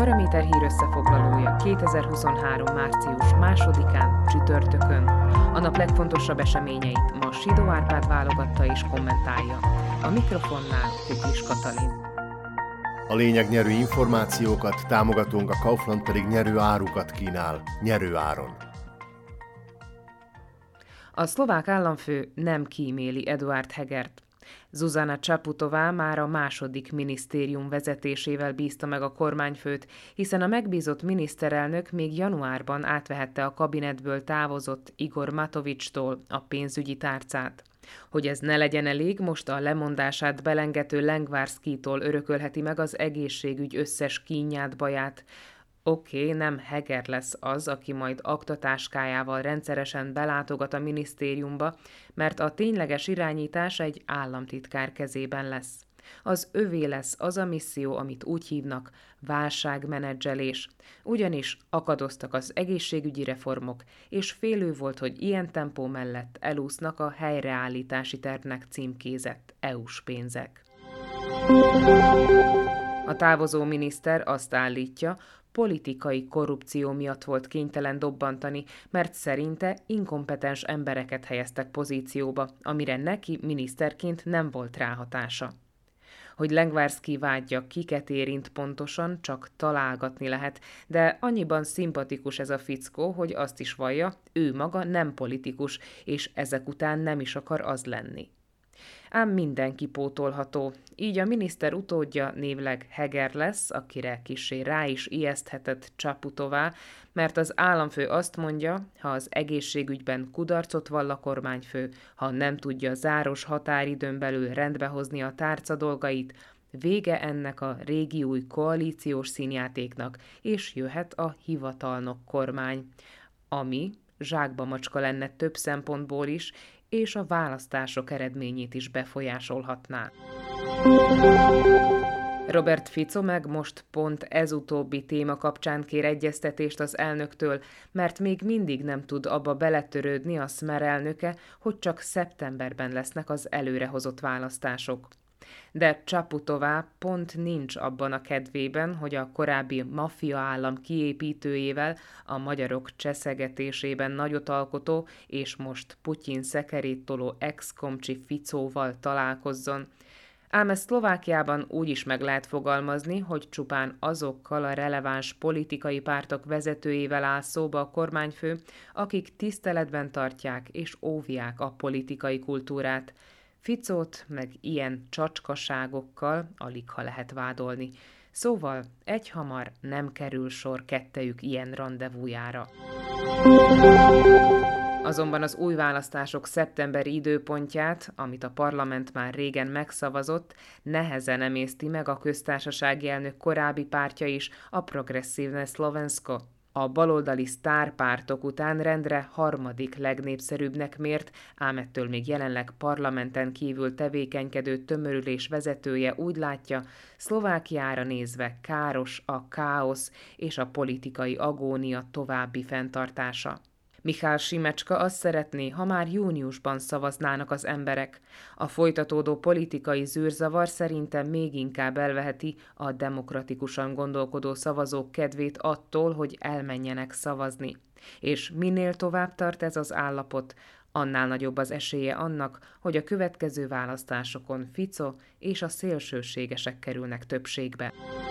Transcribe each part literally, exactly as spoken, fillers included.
Paraméter hír összefoglalója kétezer-huszonhárom. március másodikán csütörtökön. A nap legfontosabb eseményeit ma Sidó Árpád válogatta és kommentálja. A mikrofonnál Kuklis Katalin. A lényeg nyerő információkat, támogatónk a Kaufland pedig nyerő árukat kínál, nyerő áron. A szlovák államfő nem kíméli Eduard Hegert. Zuzana Čaputová már a második minisztérium vezetésével bízta meg a kormányfőt, hiszen a megbízott miniszterelnök még januárban átvehette a kabinetből távozott Igor Matovicstól a pénzügyi tárcát. Hogy ez ne legyen elég, most a lemondását belengető Lengvarskitól örökölheti meg az egészségügy összes kínját, baját. Oké, okay, nem Heger lesz az, aki majd aktatáskájával rendszeresen belátogat a minisztériumba, mert a tényleges irányítás egy államtitkár kezében lesz. Az övé lesz az a misszió, amit úgy hívnak válságmenedzselés. Ugyanis akadoztak az egészségügyi reformok, és félő volt, hogy ilyen tempó mellett elúsznak a helyreállítási tervnek címkézett é u-s pénzek. A távozó miniszter azt állítja, politikai korrupció miatt volt kénytelen dobbantani, mert szerinte inkompetens embereket helyeztek pozícióba, amire neki miniszterként nem volt ráhatása. Hogy Lengvarski vágya kiket érint pontosan, csak találgatni lehet, de annyiban szimpatikus ez a fickó, hogy azt is vallja, ő maga nem politikus, és ezek után nem is akar az lenni. Ám mindenki pótolható, így a miniszter utódja névleg Heger lesz, akire kissé rá is ijeszthetett Čaputová, mert az államfő azt mondja, ha az egészségügyben kudarcot vall a kormányfő, ha nem tudja záros határidőn belül rendbehozni a tárca dolgait, vége ennek a régi új koalíciós színjátéknak, és jöhet a hivatalnok kormány, ami zsákba macska lenne több szempontból is, és a választások eredményét is befolyásolhatná. Robert Fico meg most pont ez utóbbi téma kapcsán kér egyeztetést az elnöktől, mert még mindig nem tud abba beletörődni a Smer elnöke, hogy csak szeptemberben lesznek az előrehozott választások. De Čaputová pont nincs abban a kedvében, hogy a korábbi maffia állam kiépítőjével, a magyarok cseszegetésében nagyot alkotó és most Putyin szekerét toló ex-komcsi Ficóval találkozzon. Ám ezt Szlovákiában úgy is meg lehet fogalmazni, hogy csupán azokkal a releváns politikai pártok vezetőivel áll szóba a kormányfő, akik tiszteletben tartják és óvják a politikai kultúrát. Ficót meg ilyen csacskaságokkal aligha lehet vádolni. Szóval egyhamar nem kerül sor kettejük ilyen randevújára. Azonban az új választások szeptemberi időpontját, amit a parlament már régen megszavazott, nehezen emészti meg a köztársasági elnök korábbi pártja is, a Progressivne Slovensko. A baloldali sztárpártok után rendre harmadik legnépszerűbbnek mért, ám ettől még jelenleg parlamenten kívül tevékenykedő tömörülés vezetője úgy látja, Szlovákiára nézve káros a káosz és a politikai agónia további fenntartása. Michal Šimečka azt szeretné, ha már júniusban szavaznának az emberek. A folytatódó politikai zűrzavar szerintem még inkább elveheti a demokratikusan gondolkodó szavazók kedvét attól, hogy elmenjenek szavazni. És minél tovább tart ez az állapot, annál nagyobb az esélye annak, hogy a következő választásokon Fico és a szélsőségesek kerülnek többségbe.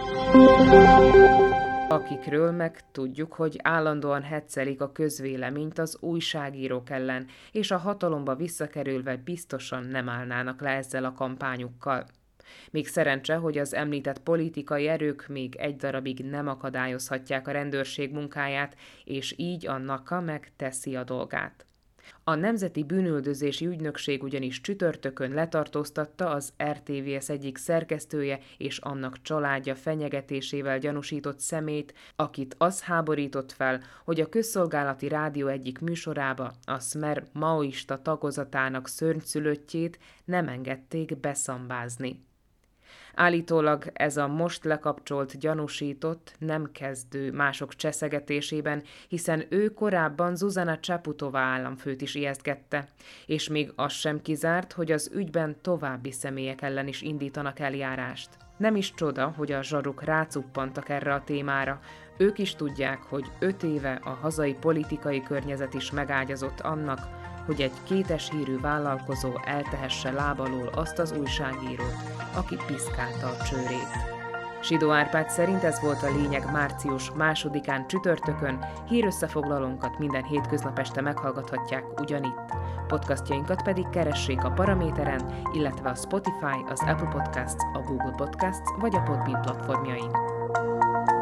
Akikről meg tudjuk, hogy állandóan heccelik a közvéleményt az újságírók ellen, és a hatalomba visszakerülve biztosan nem állnának le ezzel a kampányukkal. Még szerencse, hogy az említett politikai erők még egy darabig nem akadályozhatják a rendőrség munkáját, és így a NAKA meg teszi a dolgát. A Nemzeti Bűnüldözési Ügynökség ugyanis csütörtökön letartóztatta az er té vé es egyik szerkesztője és annak családja fenyegetésével gyanúsított személyt, akit az háborított fel, hogy a közszolgálati rádió egyik műsorába a Smer maoista tagozatának szörnyszülöttjét nem engedték beszambázni. Állítólag ez a most lekapcsolt gyanúsított nem kezdő mások cseszegetésében, hiszen ő korábban Zuzana Csaputová államfőt is ijesztgette, és még az sem kizárt, hogy az ügyben további személyek ellen is indítanak eljárást. Nem is csoda, hogy a zsaruk rácuppantak erre a témára. Ők is tudják, hogy öt éve a hazai politikai környezet is megágyazott annak, hogy egy kétes hírű vállalkozó eltehesse láb alól azt az újságírót, aki piszkálta a csőrét. Sidó Árpád szerint ez volt a lényeg március másodikán csütörtökön, hírösszefoglalónkat minden hétköznap este meghallgathatják ugyanitt. Podcastjainkat pedig keressék a Paraméteren, illetve a Spotify, az Apple Podcasts, a Google Podcasts vagy a Podbean platformjain.